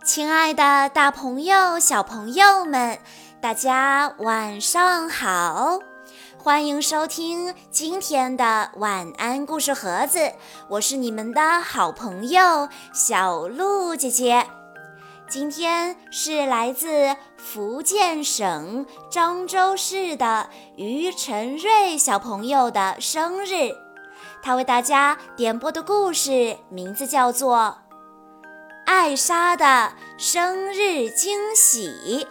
亲爱的大朋友、小朋友们，大家晚上好！欢迎收听今天的晚安故事盒子，我是你们的好朋友小鹿姐姐。今天是来自福建省漳州市的于晨瑞小朋友的生日，他为大家点播的故事名字叫做艾莎的生日惊喜。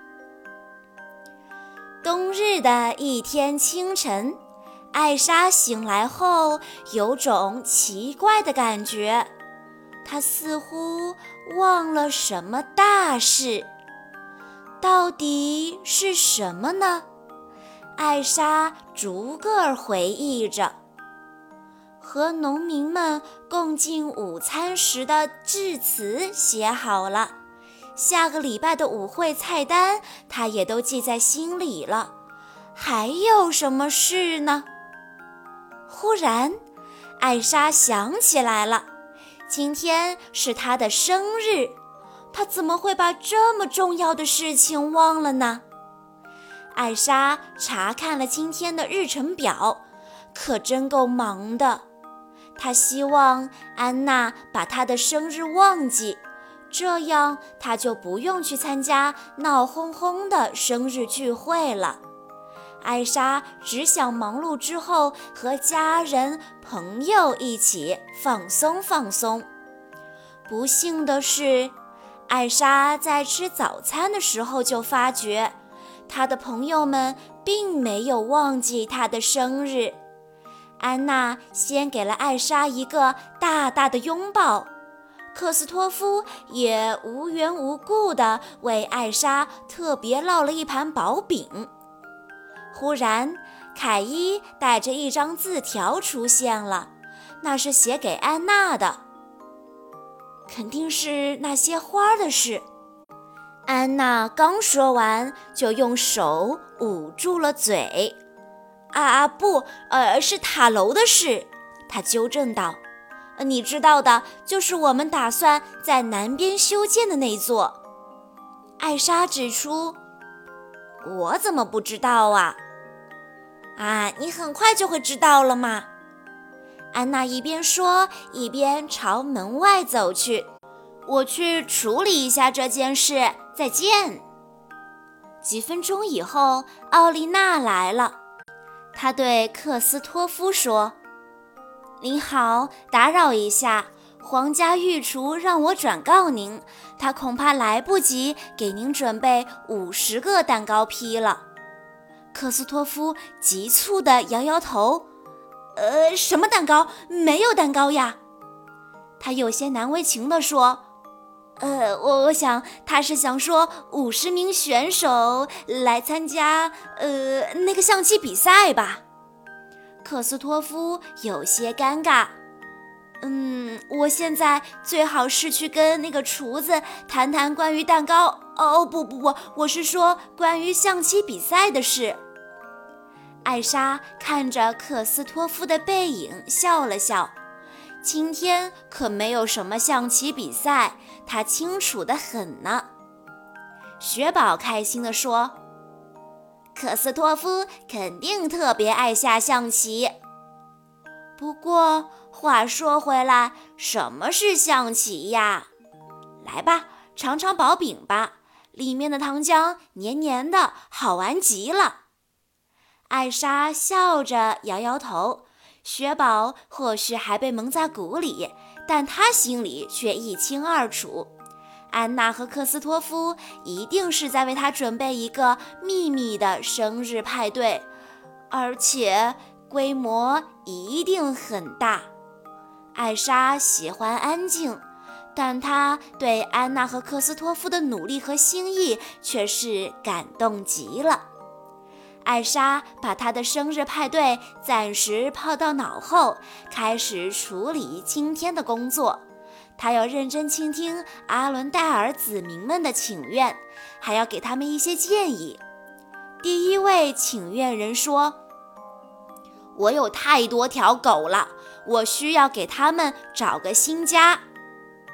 冬日的一天清晨，艾莎醒来后有种奇怪的感觉，她似乎忘了什么大事。到底是什么呢？艾莎逐个回忆着。和农民们共进午餐时的致辞写好了，下个礼拜的舞会菜单她也都记在心里了。还有什么事呢？忽然，艾莎想起来了，今天是她的生日，她怎么会把这么重要的事情忘了呢？艾莎查看了今天的日程表，可真够忙的。她希望安娜把她的生日忘记，这样她就不用去参加闹哄哄的生日聚会了。艾莎只想忙碌之后和家人朋友一起放松放松。不幸的是，艾莎在吃早餐的时候就发觉，她的朋友们并没有忘记她的生日。安娜先给了艾莎一个大大的拥抱，克斯托夫也无缘无故地为艾莎特别烙了一盘薄饼。忽然，凯伊带着一张字条出现了，那是写给安娜的，肯定是那些花的事。安娜刚说完，就用手捂住了嘴。不，是塔楼的事，她纠正道。你知道的，就是我们打算在南边修建的那座。艾莎指出，我怎么不知道啊？你很快就会知道了嘛。安娜一边说，一边朝门外走去。我去处理一下这件事，再见。几分钟以后，奥丽娜来了。他对克斯托夫说，您好，打扰一下，皇家御厨让我转告您，他恐怕来不及给您准备50个蛋糕坯了。克斯托夫急促地摇摇头，什么蛋糕？没有蛋糕呀。他有些难为情地说，我想他是想说50名选手来参加那个象棋比赛吧。克斯托夫有些尴尬。我现在最好是去跟那个厨子谈谈关于蛋糕。不，我是说关于象棋比赛的事。艾莎看着克斯托夫的背影笑了笑。今天可没有什么象棋比赛，他清楚得很呢。雪宝开心地说，克斯托夫肯定特别爱下象棋。不过话说回来，什么是象棋呀？来吧，尝尝薄饼吧，里面的糖浆黏黏的，好玩极了。艾莎笑着摇摇头，雪宝或许还被蒙在鼓里，但他心里却一清二楚。安娜和克斯托夫一定是在为他准备一个秘密的生日派对，而且规模一定很大。艾莎喜欢安静，但她对安娜和克斯托夫的努力和心意却是感动极了。艾莎把她的生日派对暂时抛到脑后，开始处理今天的工作。她要认真倾听阿伦戴尔子民们的请愿，还要给他们一些建议。第一位请愿人说，我有太多条狗了，我需要给他们找个新家。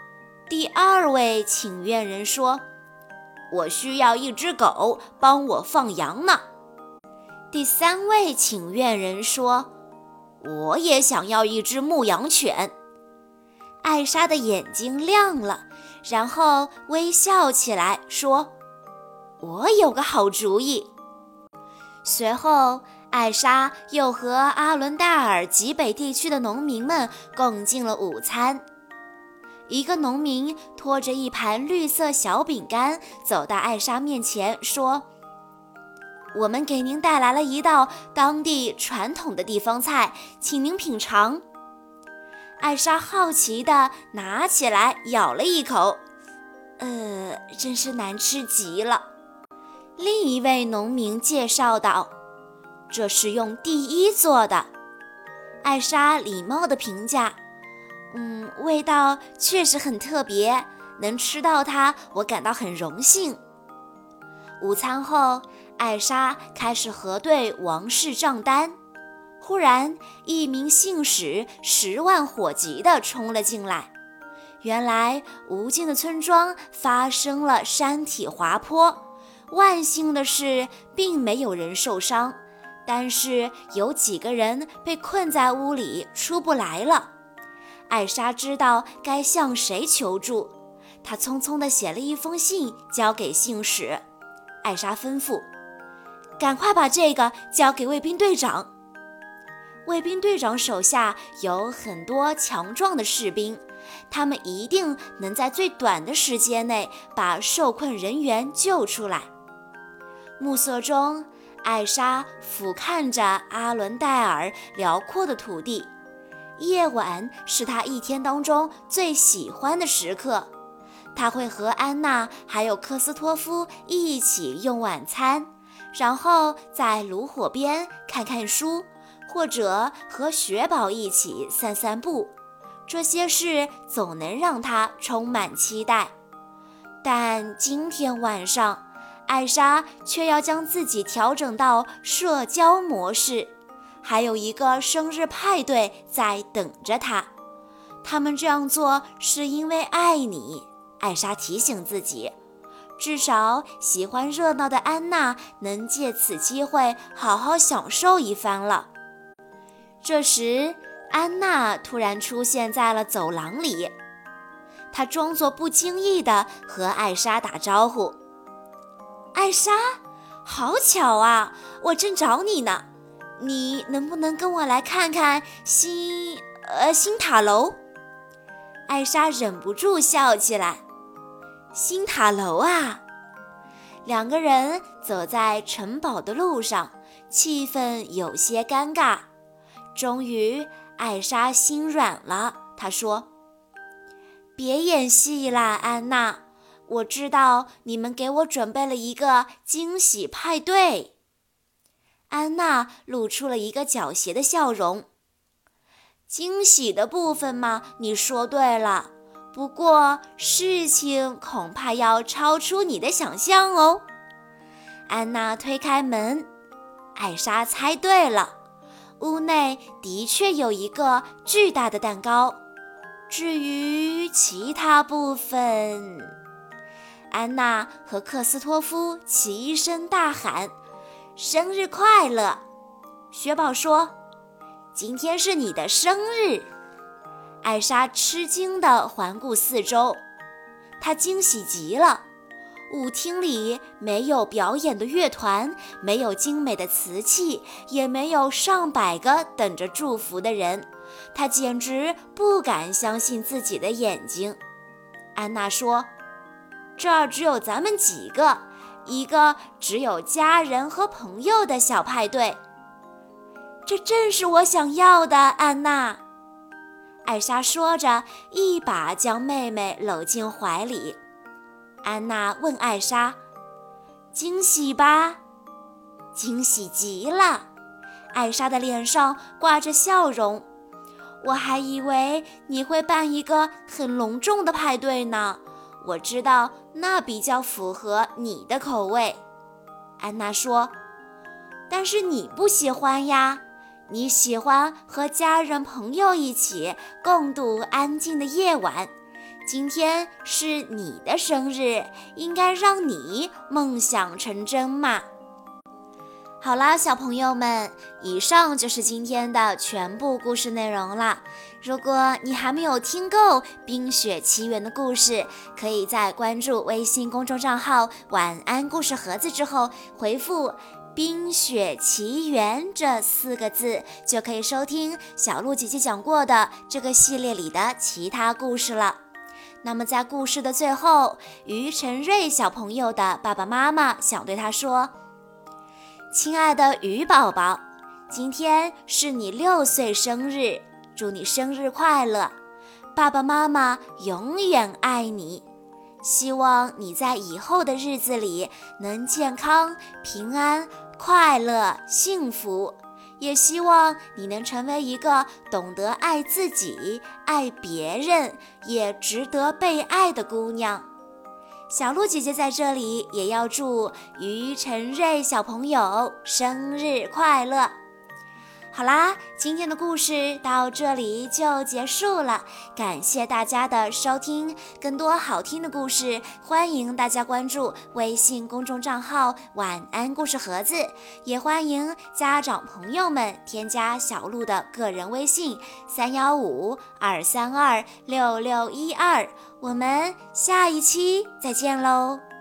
第二位请愿人说：“我需要一只狗帮我放羊呢。”第三位请愿人说：“我也想要一只牧羊犬。”艾莎的眼睛亮了，然后微笑起来说：“我有个好主意。”随后，艾莎又和阿伦戴尔极北地区的农民们共进了午餐。一个农民拖着一盘绿色小饼干走到艾莎面前说：“我们给您带来了一道当地传统的地方菜，请您品尝。”艾莎好奇地拿起来咬了一口，真是难吃极了。另一位农民介绍道：“这是用地衣做的。”艾莎礼貌地评价：“味道确实很特别，能吃到它，我感到很荣幸。”午餐后，艾莎开始核对王室账单。忽然，一名信使10万火急地冲了进来。原来，无尽的村庄发生了山体滑坡。万幸的是，并没有人受伤，但是有几个人被困在屋里出不来了。艾莎知道该向谁求助，她匆匆地写了一封信交给信使。艾莎吩咐：“赶快把这个交给卫兵队长。”卫兵队长手下有很多强壮的士兵，他们一定能在最短的时间内把受困人员救出来。暮色中，艾莎俯瞰着阿伦戴尔辽阔的土地。夜晚是她一天当中最喜欢的时刻，她会和安娜还有科斯托夫一起用晚餐，然后在炉火边看看书，或者和雪宝一起散散步。这些事总能让她充满期待。但今天晚上，艾莎却要将自己调整到社交模式，还有一个生日派对在等着她。他们这样做是因为爱你，艾莎提醒自己。至少喜欢热闹的安娜能借此机会好好享受一番了。这时，安娜突然出现在了走廊里，她装作不经意地和艾莎打招呼：“艾莎，好巧啊，我正找你呢。你能不能跟我来看看新塔楼？”艾莎忍不住笑起来。新塔楼啊！两个人走在城堡的路上，气氛有些尴尬。终于，艾莎心软了，她说：“别演戏啦，安娜，我知道你们给我准备了一个惊喜派对。”安娜露出了一个狡黠的笑容。惊喜的部分嘛，你说对了，不过事情恐怕要超出你的想象哦。安娜推开门，艾莎猜对了，屋内的确有一个巨大的蛋糕。至于其他部分，安娜和克斯托夫齐声大喊：“生日快乐！”雪宝说：“今天是你的生日。”艾莎吃惊地环顾四周，她惊喜极了。舞厅里没有表演的乐团，没有精美的瓷器，也没有上百个等着祝福的人。她简直不敢相信自己的眼睛。安娜说：“这儿只有咱们几个，一个只有家人和朋友的小派对。”这正是我想要的，安娜。艾莎说着，一把将妹妹搂进怀里。安娜问艾莎：“惊喜吧？”“惊喜极了。”艾莎的脸上挂着笑容。“我还以为你会办一个很隆重的派对呢，我知道那比较符合你的口味。”安娜说：“但是你不喜欢呀，你喜欢和家人朋友一起共度安静的夜晚， 今天是你的生日，应该让你梦想成真嘛。好啦，小朋友们，以上就是今天的全部故事内容了。如果你还没有听够《冰雪奇缘》的故事，可以在关注微信公众账号晚安故事盒子之后，回复冰雪奇缘这4个字，就可以收听小鹿姐姐讲过的这个系列里的其他故事了。那么在故事的最后，于晨瑞小朋友的爸爸妈妈想对他说，亲爱的鱼宝宝，今天是你6岁生日，祝你生日快乐！爸爸妈妈永远爱你，希望你在以后的日子里能健康、平安、快乐、幸福，也希望你能成为一个懂得爱自己、爱别人，也值得被爱的姑娘。小鹿姐姐在这里也要祝于晨瑞小朋友生日快乐。好啦，今天的故事到这里就结束了，感谢大家的收听。更多好听的故事，欢迎大家关注微信公众账号晚安故事盒子，也欢迎家长朋友们添加小鹿的个人微信315-232-6612，我们下一期再见喽。